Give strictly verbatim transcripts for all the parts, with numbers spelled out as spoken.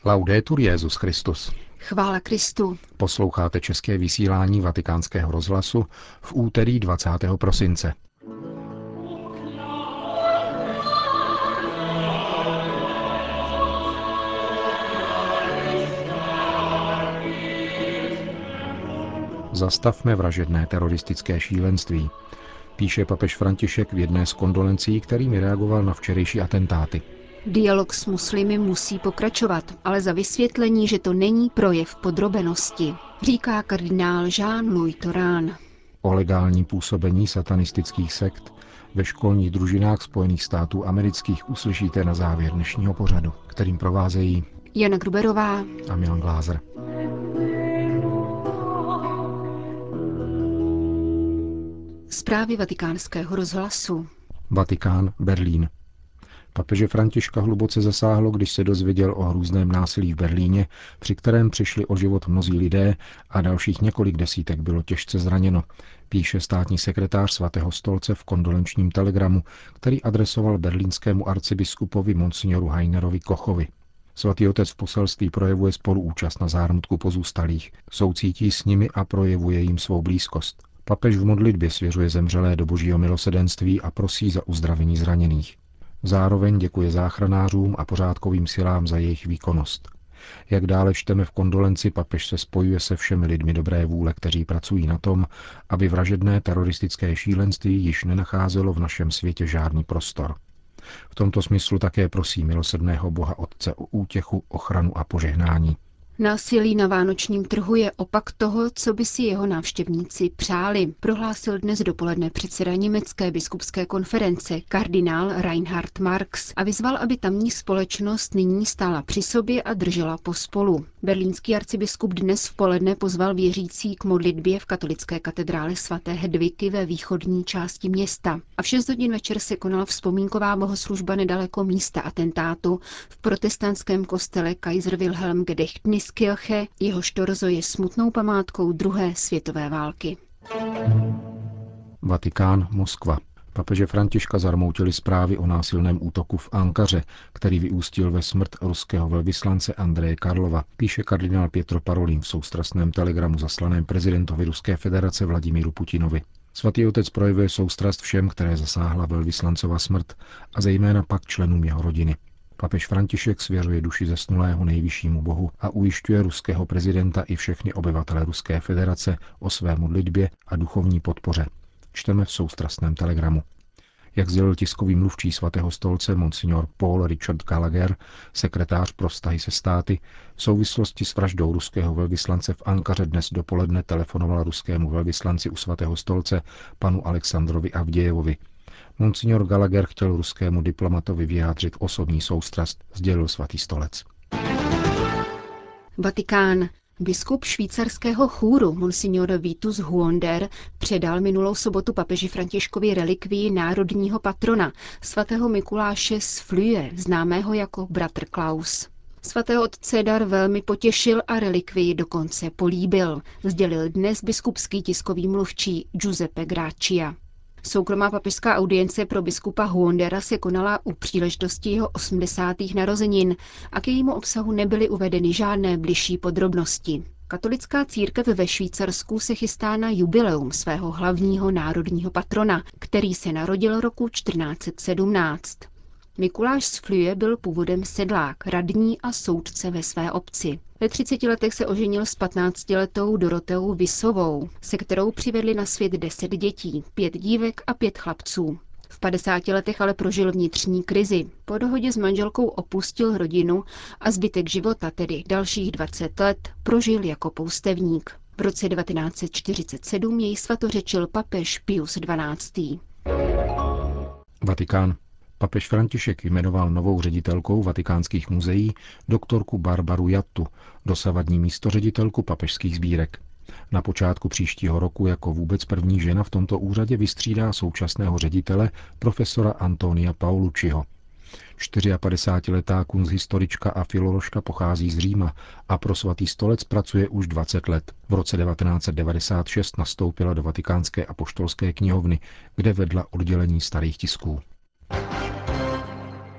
Laudetur Jesus Christus. Chvála Kristu. Posloucháte české vysílání Vatikánského rozhlasu v úterý dvacátého prosince. Zastavme vražedné teroristické šílenství, píše papež František v jedné z kondolencí, kterými reagoval na včerejší atentáty. Dialog s muslimy musí pokračovat, ale za vysvětlení, že to není projev podrobenosti, říká kardinál Jean-Louis Torán. O legálním působení satanistických sekt ve školních družinách Spojených států amerických uslyšíte na závěr dnešního pořadu, kterým provázejí Jana Gruberová a Milan Glázer. Zprávy Vatikánského rozhlasu. Vatikán, Berlín. Papeže Františka hluboce zasáhlo, když se dozvěděl o hrůzném násilí v Berlíně, při kterém přišli o život mnozí lidé a dalších několik desítek bylo těžce zraněno, píše státní sekretář Svatého stolce v kondolenčním telegramu, který adresoval berlínskému arcibiskupovi monsignoru Heinerovi Kochovi. Svatý otec v poselství projevuje spoluúčast na zármutku pozůstalých, soucítí s nimi a projevuje jim svou blízkost. Papež v modlitbě svěřuje zemřelé do božího milosedenství a prosí za uzdravení zraněných. Zároveň děkuje záchranářům a pořádkovým silám za jejich výkonnost. Jak dále čteme v kondolenci, papež se spojuje se všemi lidmi dobré vůle, kteří pracují na tom, aby vražedné teroristické šílenství již nenacházelo v našem světě žádný prostor. V tomto smyslu také prosí milosrdného Boha Otce o útěchu, ochranu a požehnání. Násilí na vánočním trhu je opak toho, co by si jeho návštěvníci přáli, prohlásil dnes dopoledne předseda německé biskupské konference kardinál Reinhard Marx a vyzval, aby tamní společnost nyní stála při sobě a držela pospolu. Berlínský arcibiskup dnes v poledne pozval věřící k modlitbě v katolické katedrále svaté Hedviky ve východní části města. A v šest hodin večer se konala vzpomínková bohoslužba nedaleko místa atentátu v protestantském kostele Kaiser Wilhelm Gedächtniskirche, jehož torzo je smutnou památkou druhé světové války. Vatikán, Moskva. Papeže Františka zarmoutily zprávy o násilném útoku v Ankaře, který vyústil ve smrt ruského velvyslance Andreje Karlova, píše kardinál Pietro Parolin v soustrastném telegramu zaslaném prezidentovi Ruské federace Vladimíru Putinovi. Svatý otec projevuje soustrast všem, které zasáhla velvyslancova smrt, a zejména pak členům jeho rodiny. Papež František svěřuje duši zesnulého nejvyššímu Bohu a ujišťuje ruského prezidenta i všechny obyvatele Ruské federace o své modlitbě a duchovní podpoře. Čteme v soustrastném telegramu. Jak sdělil tiskový mluvčí Svatého stolce monsignor Paul Richard Gallagher, sekretář pro vztahy se státy, v souvislosti s vraždou ruského velvyslance v Ankaře dnes dopoledne telefonoval ruskému velvyslanci u Svatého stolce panu Alexandrovi Avdějevovi. Monsignor Gallagher chtěl ruskému diplomatovi vyjádřit osobní soustrast, sdělil Svatý stolec. Vatikán. Biskup švýcarského chůru Monsignor Vitus Huonder předal minulou sobotu papeži Františkovi relikvii národního patrona, svatého Mikuláše z Flüe, známého jako bratr Klaus. Svatého otce dar velmi potěšil a relikvii dokonce políbil, sdělil dnes biskupský tiskový mluvčí Giuseppe Gracchia. Soukromá papežská audience pro biskupa Huondera se konala u příležitosti jeho osmdesátých narozenin a k jejímu obsahu nebyly uvedeny žádné bližší podrobnosti. Katolická církev ve Švýcarsku se chystá na jubileum svého hlavního národního patrona, který se narodil roku čtrnáct set sedmnáct. Mikuláš z Flüe byl původem sedlák, radní a soudce ve své obci. Ve třiceti letech se oženil s patnáctiletou Doroteou Visovou, se kterou přivedli na svět deset dětí, pět dívek a pět chlapců. V padesáti letech ale prožil vnitřní krizi. Po dohodě s manželkou opustil rodinu a zbytek života, tedy dalších dvacet let, prožil jako poustevník. V roce devatenáct set čtyřicet sedm jej svatořečil papež Pius dvanáctý. Vatikán. Papež František jmenoval novou ředitelkou vatikánských muzeí doktorku Barbaru Jattu, dosavadní místoředitelku papežských sbírek. Na počátku příštího roku jako vůbec první žena v tomto úřadě vystřídá současného ředitele profesora Antonia Paolucciho. čtyřiapadesátiletá kunsthistorička a filoložka pochází z Říma a pro Svatý stolec pracuje už dvacet let. V roce devatenáct set devadesát šest nastoupila do Vatikánské apoštolské knihovny, kde vedla oddělení starých tisků.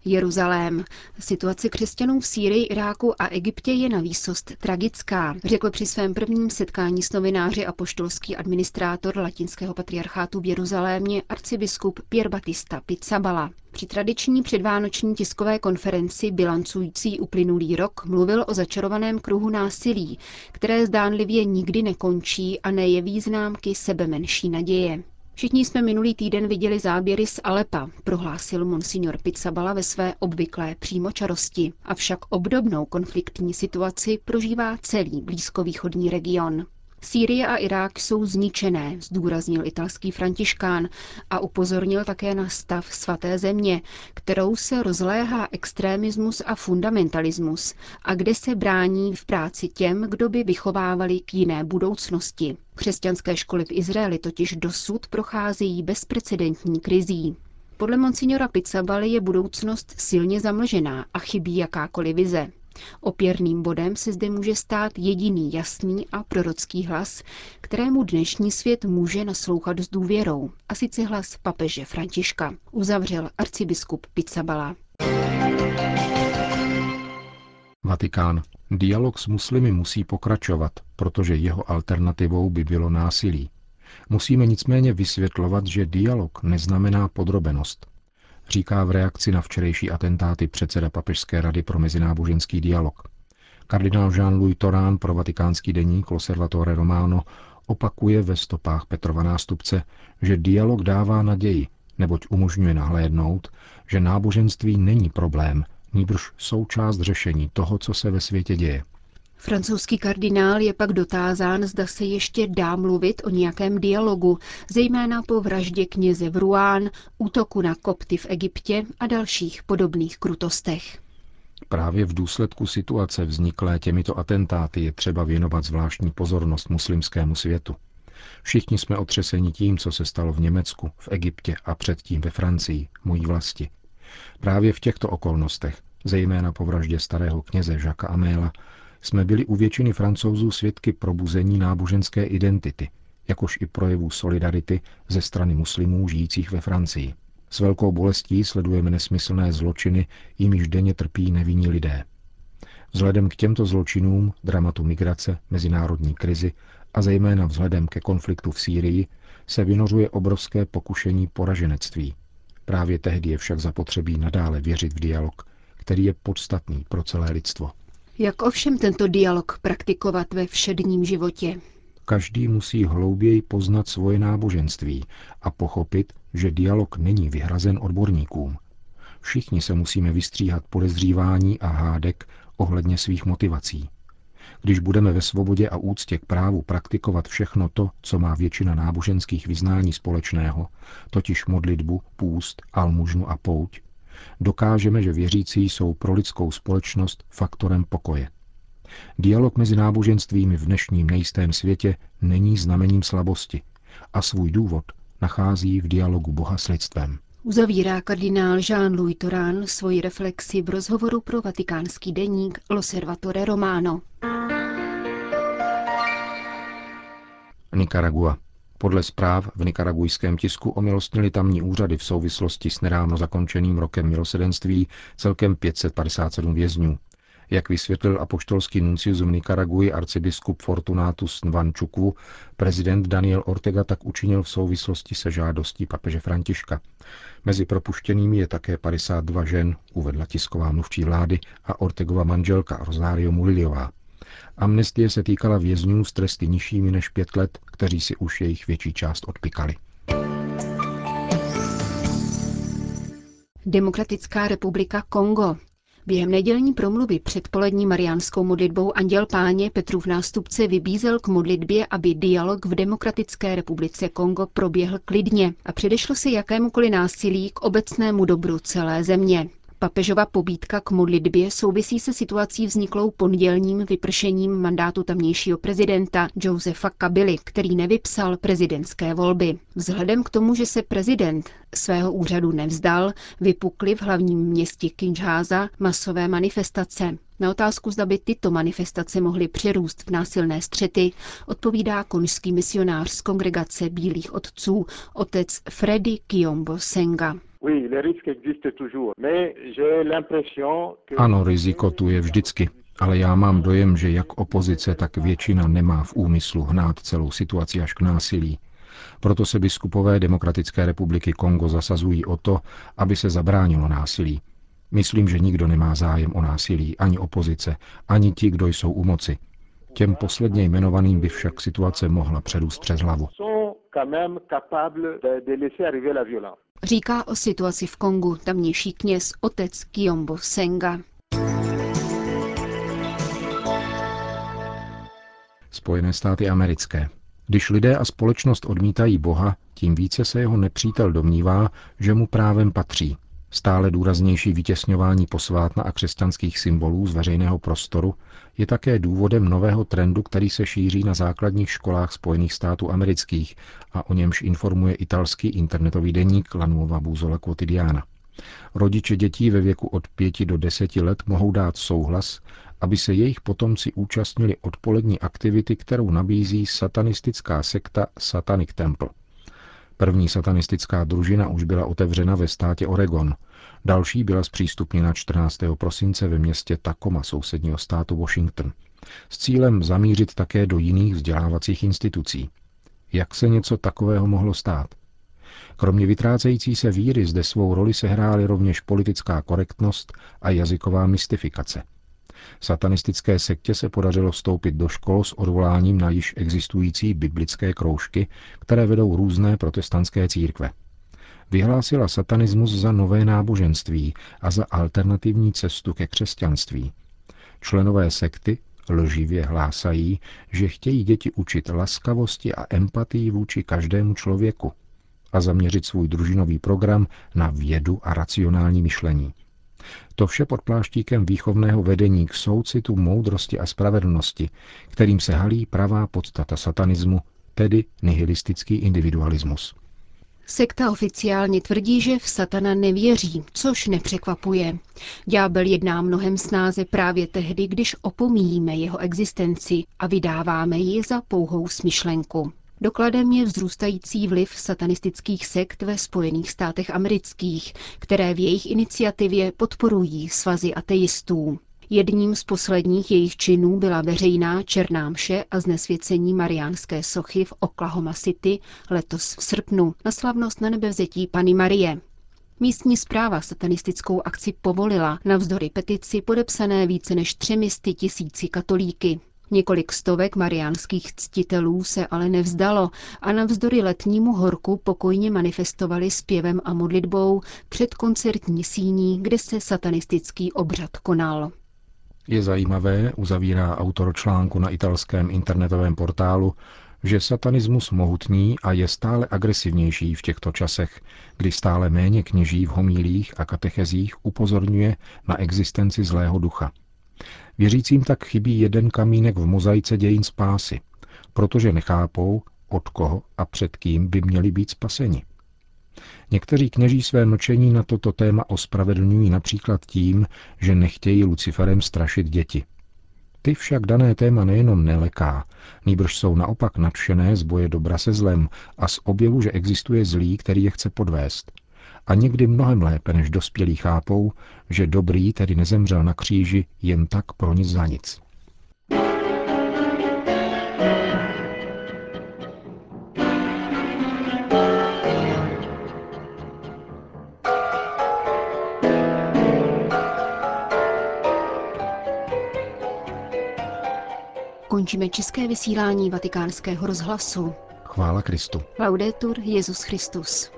Jeruzalém. Situace křesťanů v Sýrii, Iráku a Egyptě je navýsost tragická, řekl při svém prvním setkání s novináři apoštolský administrátor latinského patriarchátu v Jeruzalémě arcibiskup Pier Battista Pizzaballa. Při tradiční předvánoční tiskové konferenci bilancující uplynulý rok mluvil o začarovaném kruhu násilí, které zdánlivě nikdy nekončí a nejeví známky sebemenší naděje. Všichni jsme minulý týden viděli záběry z Alepa, prohlásil monsignor Pizzaballa ve své obvyklé přímočarosti, avšak obdobnou konfliktní situaci prožívá celý blízkovýchodní region. Sýrie a Irák jsou zničené, zdůraznil italský františkán a upozornil také na stav svaté země, kterou se rozléhá extremismus a fundamentalismus a kde se brání v práci těm, kdo by vychovávali k jiné budoucnosti. Křesťanské školy v Izraeli totiž dosud procházejí bezprecedentní krizí. Podle monsignora Pizzabally je budoucnost silně zamlžená a chybí jakákoliv vize. Opěrným bodem se zde může stát jediný jasný a prorocký hlas, kterému dnešní svět může naslouchat s důvěrou, a sice hlas papeže Františka, uzavřel arcibiskup Pizzaballa. Vatikán. Dialog s muslimy musí pokračovat, protože jeho alternativou by bylo násilí. Musíme nicméně vysvětlovat, že dialog neznamená podrobenost, říká v reakci na včerejší atentáty předseda Papežské rady pro mezináboženský dialog. Kardinál Jean-Louis Torán pro vatikánský deník L'Osservatore Romano opakuje ve stopách Petrova nástupce, že dialog dává naději, neboť umožňuje nahlédnout, že náboženství není problém, nýbrž součást řešení toho, co se ve světě děje. Francouzský kardinál je pak dotázán, zda se ještě dá mluvit o nějakém dialogu, zejména po vraždě kněze v Ruán, útoku na kopty v Egyptě a dalších podobných krutostech. Právě v důsledku situace vzniklé těmito atentáty je třeba věnovat zvláštní pozornost muslimskému světu. Všichni jsme otřeseni tím, co se stalo v Německu, v Egyptě a předtím ve Francii, mojí vlasti. Právě v těchto okolnostech, zejména po vraždě starého kněze Jacquesa Améla, jsme byli u většiny Francouzů svědky probuzení náboženské identity, jakož i projevů solidarity ze strany muslimů žijících ve Francii. S velkou bolestí sledujeme nesmyslné zločiny, jimiž denně trpí nevinní lidé. Vzhledem k těmto zločinům, dramatu migrace, mezinárodní krizi a zejména vzhledem ke konfliktu v Sýrii se vynořuje obrovské pokušení poraženectví. Právě tehdy je však zapotřebí nadále věřit v dialog, který je podstatný pro celé lidstvo. Jak ovšem tento dialog praktikovat ve všedním životě? Každý musí hlouběji poznat svoje náboženství a pochopit, že dialog není vyhrazen odborníkům. Všichni se musíme vystříhat podezřívání a hádek ohledně svých motivací. Když budeme ve svobodě a úctě k právu praktikovat všechno to, co má většina náboženských vyznání společného, totiž modlitbu, půst, almužnu a pouť, dokážeme, že věřící jsou pro lidskou společnost faktorem pokoje. Dialog mezi náboženstvími v dnešním nejistém světě není znamením slabosti a svůj důvod nachází v dialogu Boha s lidstvem. Uzavírá kardinál Jean-Louis Torán svoji reflexi v rozhovoru pro vatikánský deník L'Osservatore Romano. Nikaragua. Podle zpráv v nikaragujském tisku omilostnili tamní úřady v souvislosti s nedávno zakončeným rokem milosedenství celkem pět set padesát sedm vězňů. Jak vysvětlil apoštolský nuncius v Nikaraguji arcibiskup Fortunatus Nvančukwu, prezident Daniel Ortega tak učinil v souvislosti se žádostí papeže Františka. Mezi propuštěnými je také padesát dva žen, uvedla tisková mluvčí vlády, a Ortegova manželka Rosario Murillová. Amnestie se týkala vězňů s tresty nižšími než pět let, kteří si už jejich větší část odpykali. Demokratická republika Kongo. Během nedělní promluvy před polední mariánskou modlitbou Anděl Páně Petrův nástupce vybízel k modlitbě, aby dialog v Demokratické republice Kongo proběhl klidně a předešlo se jakémukoliv násilí k obecnému dobru celé země. Papežova pobídka k modlitbě souvisí se situací vzniklou pondělním vypršením mandátu tamnějšího prezidenta Josefa Kabily, který nevypsal prezidentské volby. Vzhledem k tomu, že se prezident svého úřadu nevzdal, vypukly v hlavním městě Kinshasa masové manifestace. Na otázku, zda by tyto manifestace mohly přerůst v násilné střety, odpovídá konžský misionář z kongregace Bílých otců, otec Freddy Kiombo Senga. Ano, riziko tu je vždycky, ale já mám dojem, že jak opozice, tak většina nemá v úmyslu hnát celou situaci až k násilí. Proto se biskupové Demokratické republiky Kongo zasazují o to, aby se zabránilo násilí. Myslím, že nikdo nemá zájem o násilí, ani opozice, ani ti, kdo jsou u moci. Těm posledně jmenovaným by však situace mohla předůst přes hlavu. Říká o situaci v Kongu tamnější kněz otec Kiombo Senga. Spojené státy americké. Když lidé a společnost odmítají Boha, tím více se jeho nepřítel domnívá, že mu právem patří. Stále důraznější vytěsňování posvátna a křesťanských symbolů z veřejného prostoru je také důvodem nového trendu, který se šíří na základních školách Spojených států amerických a o němž informuje italský internetový deník La Nuova Busola Quotidiana. Rodiče dětí ve věku od pěti do deseti let mohou dát souhlas, aby se jejich potomci účastnili odpolední aktivity, kterou nabízí satanistická sekta Satanic Temple. První satanistická družina už byla otevřena ve státě Oregon. Další byla zpřístupněna čtrnáctého prosince ve městě Tacoma sousedního státu Washington. S cílem zamířit také do jiných vzdělávacích institucí. Jak se něco takového mohlo stát? Kromě vytrácející se víry zde svou roli sehrály rovněž politická korektnost a jazyková mystifikace. Satanistické sektě se podařilo vstoupit do škol s odvoláním na již existující biblické kroužky, které vedou různé protestantské církve. Vyhlásila satanismus za nové náboženství a za alternativní cestu ke křesťanství. Členové sekty lživě hlásají, že chtějí děti učit laskavosti a empatii vůči každému člověku a zaměřit svůj družinový program na vědu a racionální myšlení. To vše pod pláštíkem výchovného vedení k soucitu, moudrosti a spravedlnosti, kterým se halí pravá podstata satanismu, tedy nihilistický individualismus. Sekta oficiálně tvrdí, že v satana nevěří, což nepřekvapuje. Ďábel jedná mnohem snáze právě tehdy, když opomíjíme jeho existenci a vydáváme ji za pouhou smyšlenku. Dokladem je vzrůstající vliv satanistických sekt ve Spojených státech amerických, které v jejich iniciativě podporují svazy ateistů. Jedním z posledních jejich činů byla veřejná černá mše a znesvěcení mariánské sochy v Oklahoma City letos v srpnu na slavnost Nanebevzetí Panny Marie. Místní správa satanistickou akci povolila navzdory petici podepsané více než třemi sty tisíci katolíky. Několik stovek mariánských ctitelů se ale nevzdalo a navzdory letnímu horku pokojně manifestovali zpěvem a modlitbou před koncertní síní, kde se satanistický obřad konal. Je zajímavé, uzavírá autor článku na italském internetovém portálu, že satanismus mohutní a je stále agresivnější v těchto časech, kdy stále méně kněží v homílích a katechezích upozorňuje na existenci zlého ducha. Věřícím tak chybí jeden kamínek v mozaice dějin spásy, protože nechápou, od koho a před kým by měli být spaseni. Někteří kněží své mlčení na toto téma ospravedlňují například tím, že nechtějí Luciferem strašit děti. Ty však dané téma nejenom neleká, nýbrž jsou naopak nadšené z boje dobra se zlem a z objevu, že existuje zlý, který je chce podvést. A někdy mnohem lépe než dospělí chápou, že dobrý tedy nezemřel na kříži jen tak pro nic za nic. Končíme české vysílání Vatikánského rozhlasu. Chvála Kristu. Laudetur Jesus Christus.